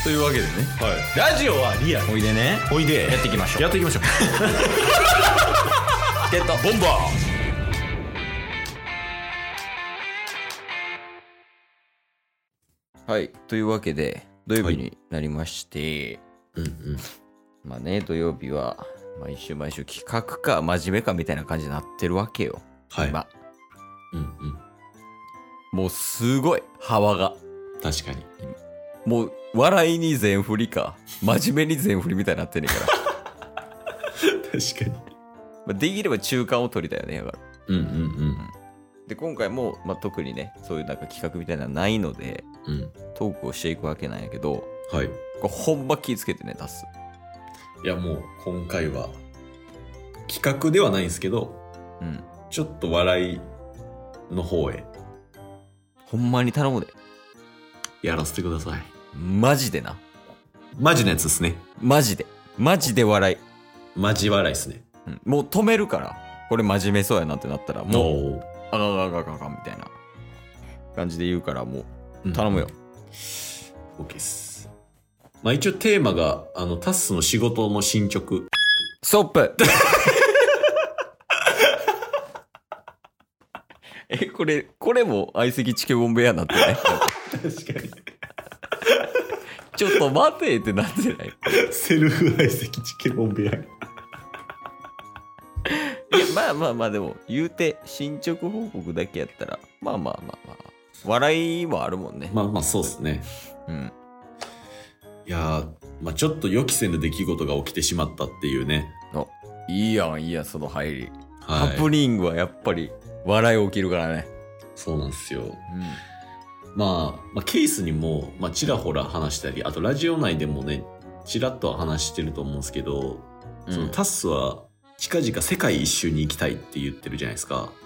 というわけでね、 はい、ラジオはリアル。 おいでね、 おいでやっていきましょう。 やっていきましょう。 ゲットボンバー。はい、というわけで土曜日になりまして、 うんうん、 まあね、土曜日は毎週企画か真面目かみたいな感じになってるわけよ。 はい。 今、 うんうん、 もうすごい幅が。 確かに。 もう笑いに全振りか真面目に全振りみたいになってんねんから確かに。 まあできれば中間を取りたいよね。だからうんうんうん。 で今回も、特にねそういうなんか企画みたいなのはないので、 うん、 トークをしていくわけなんやけど、 はい。 これほんま気ぃつけてね、出す。 いやもう今回は企画ではないんですけど、 うん、 ちょっと笑いの方へほんまに頼むで。 やらせてください。 マジでな。 マジのやつですね。 マジで笑い。 マジ笑いですね。 うん、もう止めるから。これ真面目そうやなってなったらもうあがみたいな感じで言うからもう頼むよ。 OK です。まあ一応テーマがタッスの仕事の進捗。 ストップこれも相席チケボン部屋になってない確かに。 ちょっと待てってなってないセルフ相席チケボン部屋。 いやまあでも言うて進捗報告だけやったらまあ笑いもあるもんね。 まあそうっすね。 うん。 いやー、ちょっと予期せぬ出来事が起きてしまったっていうね。 いいやんその入り、 はい、 ハプニングはやっぱり笑い起きるからね。 そうなんですよ。 うん、 まあケースにも、ちらほら話したり、あとラジオ内でもねちらっとは話してると思うんですけど、そのタッスは近々世界一周に行きたいって言ってるじゃないですか。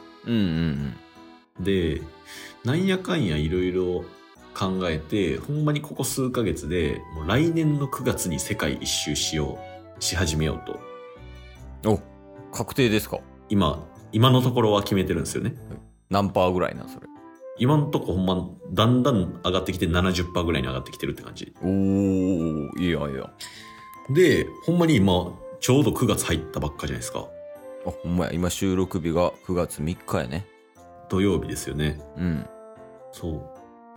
で、なんやかんやいろいろ考えて、ほんまにここ数ヶ月でもう来年の9月に世界一周し始めようと。 お、確定ですか？ 今のところは決めてるんですよね。 何パーぐらいなそれ？ 今のとこほんまだんだん上がってきて 70% ぐらいに上がってきてるって感じ。 おー、いいや。 で、ほんまに今ちょうど9月入ったばっかじゃないですか。 あ、ほんまや。今収録日が9月3日やね。 土曜日ですよね。 うん。 そう。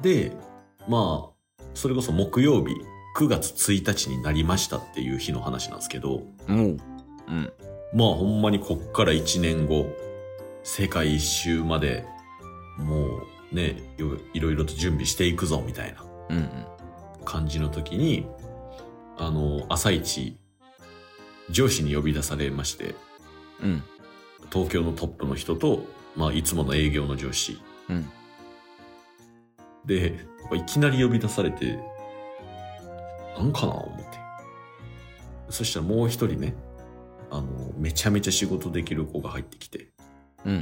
で、それこそ木曜日9月1日になりましたっていう日の話なんですけど、 うん。 ほんまにこっから1年後、世界一周までもうね、いろいろと準備していくぞみたいな感じの時に、朝一上司に呼び出されまして、 うん、 東京のトップの人と、いつもの営業の上司、 うん、 でいきなり呼び出されて、なんかな思って、そしたらもう一人ね、めちゃめちゃ仕事できる子が入ってきて、 うん、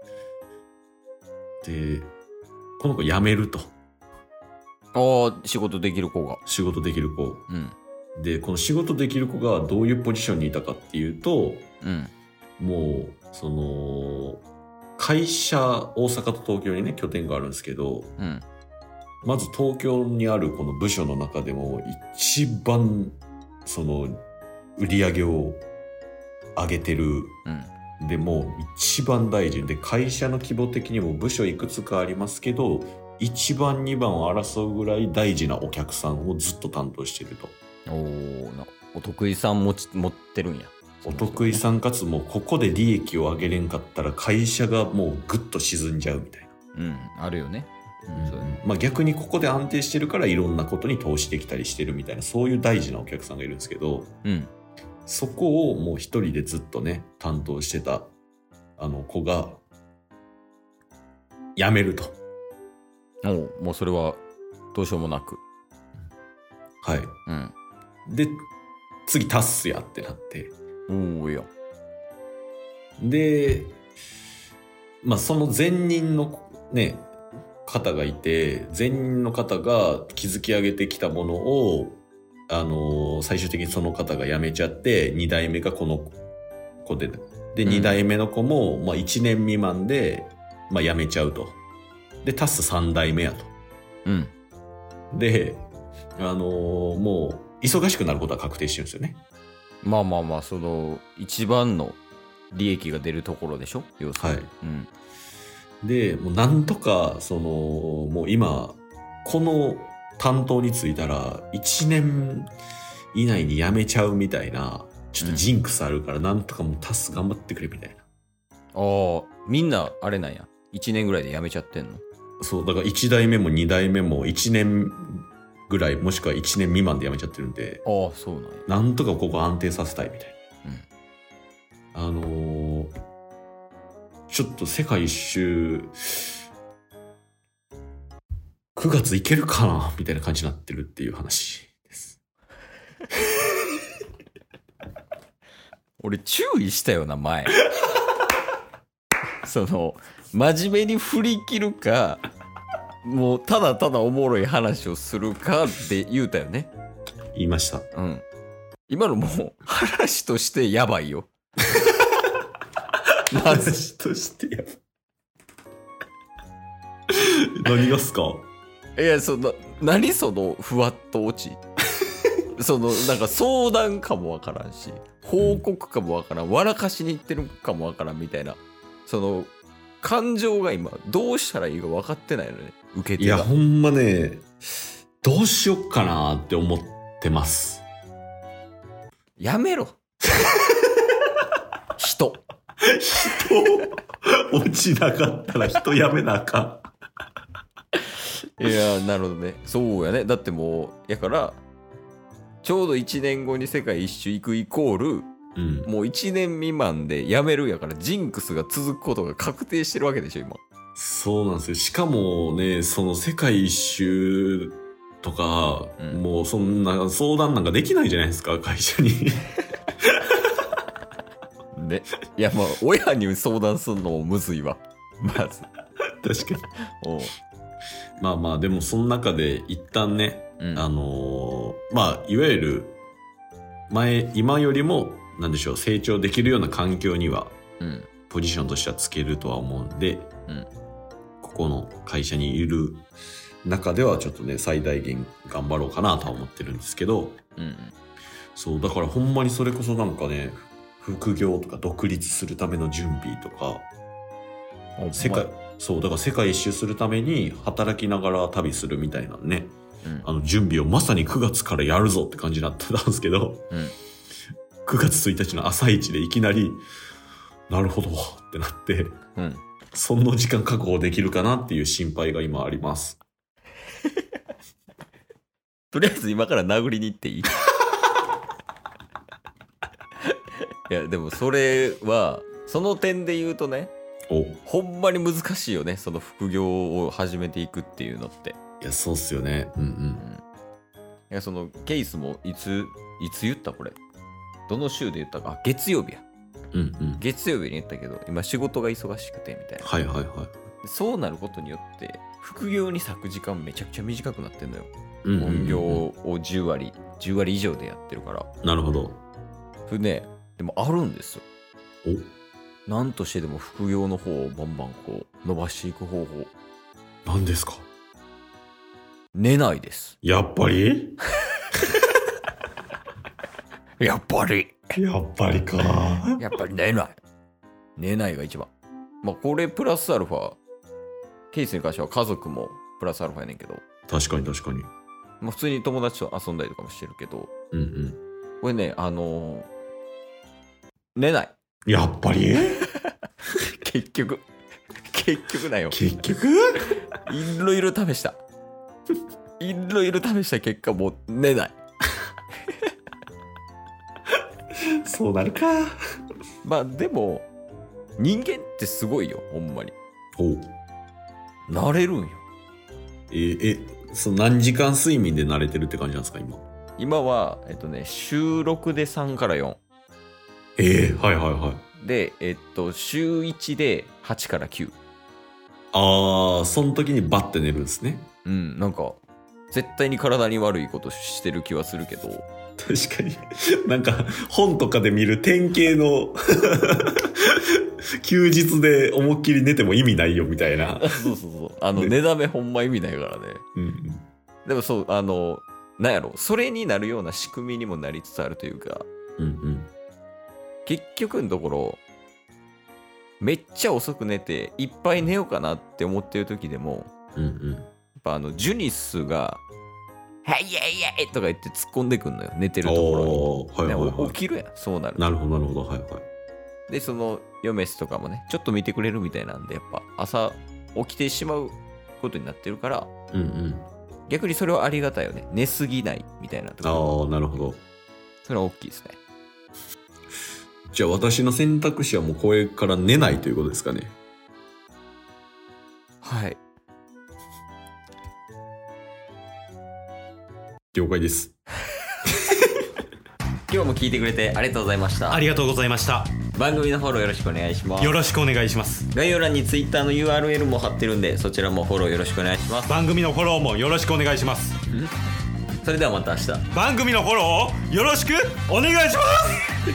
でこの子辞めると。 仕事できる子が。 仕事できる子、 うん、 でこの仕事できる子がどういうポジションにいたかっていうと、 うん、 もうその会社、大阪と東京にね拠点があるんですけど、 うん、 まず東京にあるこの部署の中でも一番その売り上げを上げてる、でも一番大事で、会社の規模的にも部署いくつかありますけど1番2番を争うぐらい大事なお客さんをずっと担当してると。 お得意さん持ってるんや。 お得意さんかつもうここで利益を上げれんかったら会社がもうぐっと沈んじゃうみたいな。 あるよね。 逆にここで安定してるからいろんなことに投資できたりしてるみたいな、そういう大事なお客さんがいるんですけど、そこをもう一人でずっとね担当してた子が辞めると。 もうそれはどうしようもなく。 はい。で次タッスやってなって。 いや。 でその前任のね方がいて、前任の方が築き上げてきたものを最終的にその方が辞めちゃって、2代目がこの子で、2代目の子も1年未満で辞めちゃうと。でタス3代目やと。でもう忙しくなることは確定してるんですよね。 まあまあまあ、その一番の利益が出るところでしょ、要するに。 はい。で、もうなんとか、もう今、この担当に就いたら、1年以内に辞めちゃうみたいな、ちょっとジンクスあるから、なんとかもうタス頑張ってくれみたいな。 ああ、みんなあれなんや。1年ぐらいで辞めちゃってんの？ そう、だから1代目も2代目も1年ぐらい、もしくは1年未満で辞めちゃってるんで、 ああ、そうなんや。 なんとかここ安定させたいみたいな。ちょっと世界一周、9月行けるかなみたいな感じになってるっていう話です。 俺注意したよな、前。その、真面目に振り切るか、もうただただおもろい話をするかって言うたよね。 言いました。 うん。今のもう話としてやばいよ。まず話としてやばい。何がっすか？ いや、何そのふわっと落ち。なんか相談かもわからんし、報告かもわからん、笑かしに行ってるかもわからんみたいな、感情が今どうしたらいいか分かってないのね、受け手が。 いや、ほんまね、どうしよっかなって思ってます。 やめろ。人落ちなかったら人やめなあかん。いや、なるほどね。そうやね。だってもう、やから、ちょうど1年後に世界一周行くイコール、 うん、 もう1年未満で辞めるやから、ジンクスが続くことが確定してるわけでしょ、今。 そうなんですよ。しかもね、その世界一周とか、もうそんな相談なんかできないじゃないですか、会社に。 ね。いや、まあ、親に相談するのもむずいわ。まず。 確かに。 おう。 まあまあ、でもその中で一旦ね、まあ、いわゆる、今よりも、なんでしょう、成長できるような環境には、ポジションとしてはつけるとは思うんで、ここの会社にいる中ではちょっとね、最大限頑張ろうかなとは思ってるんですけど、そう、だからほんまにそれこそなんかね、副業とか独立するための準備とか、そう、だから世界一周するために働きながら旅するみたいなね、準備をまさに9月からやるぞって感じになってたんですけど、9月1日の朝一でいきなり、なるほどってなって、その時間確保できるかなっていう心配が今あります。 とりあえず今から殴りに行っていい？いや、でもそれは、その点で言うとね、ほんまに難しいよね、その副業を始めていくっていうのって。 いや、そうっすよね。 いや、そのケースもいつ言ったこれ。どの週で言ったか。月曜日や。月曜日に言ったけど、今仕事が忙しくてみたいな。そうなることによって、副業に割く時間めちゃくちゃ短くなってんのよ。本業を10割以上でやってるから。 なるほど。 それね、でもあるんですよ。なんとしてでも副業の方をバンバンこう伸ばしていく方法。 何ですか？ 寝ないです。 やっぱりやっぱりか。 やっぱり寝ないが一番。まあこれプラスアルファ、ケースに関しては家族もプラスアルファやねんけど。 確かに。 まあ普通に友達と遊んだりとかもしてるけど。これね、寝ない。 やっぱり結局だよ。 結局いろいろ試した結果もう寝ない。 そうなるか。 まあでも人間ってすごいよ、ほんまに。慣れるんよ。 その何時間睡眠で慣れてるって感じなんですか今は週6で3から4。で週1で8から9。 その時にバッて寝るんですね。 なんか絶対に体に悪いことしてる気はするけど。 確かに。なんか本とかで見る典型の休日で思いっきり寝ても意味ないよみたいな。 そう寝だめほんま意味ないからね。でもそうなんやろ、それになるような仕組みにもなりつつあるというか、 うんうん、 結局のところめっちゃ遅く寝ていっぱい寝ようかなって思ってる時でも、 うんうん、 やっぱジュニスがはいやいやいとか言って突っ込んでくんのよ、寝てるところに、はいはいはい、起きるやん、そうなる。 なるほどなるほど、はいはい。 でそのヨメスとかもねちょっと見てくれるみたいなんで、やっぱ朝起きてしまうことになってるから、 うんうん、 逆にそれはありがたいよね、寝すぎないみたいなところ。ああ、なるほど。 それは大きいですね。 じゃあ私の選択肢はもうこれから寝ないということですかね。 はい、 了解です。 今日も聞いてくれてありがとうございました。 ありがとうございました。 番組のフォローよろしくお願いします。 よろしくお願いします。 概要欄に Twitter の URL も貼ってるんで、そちらもフォローよろしくお願いします。 番組のフォローもよろしくお願いします。 それではまた明日。 番組のフォローをよろしくお願いします。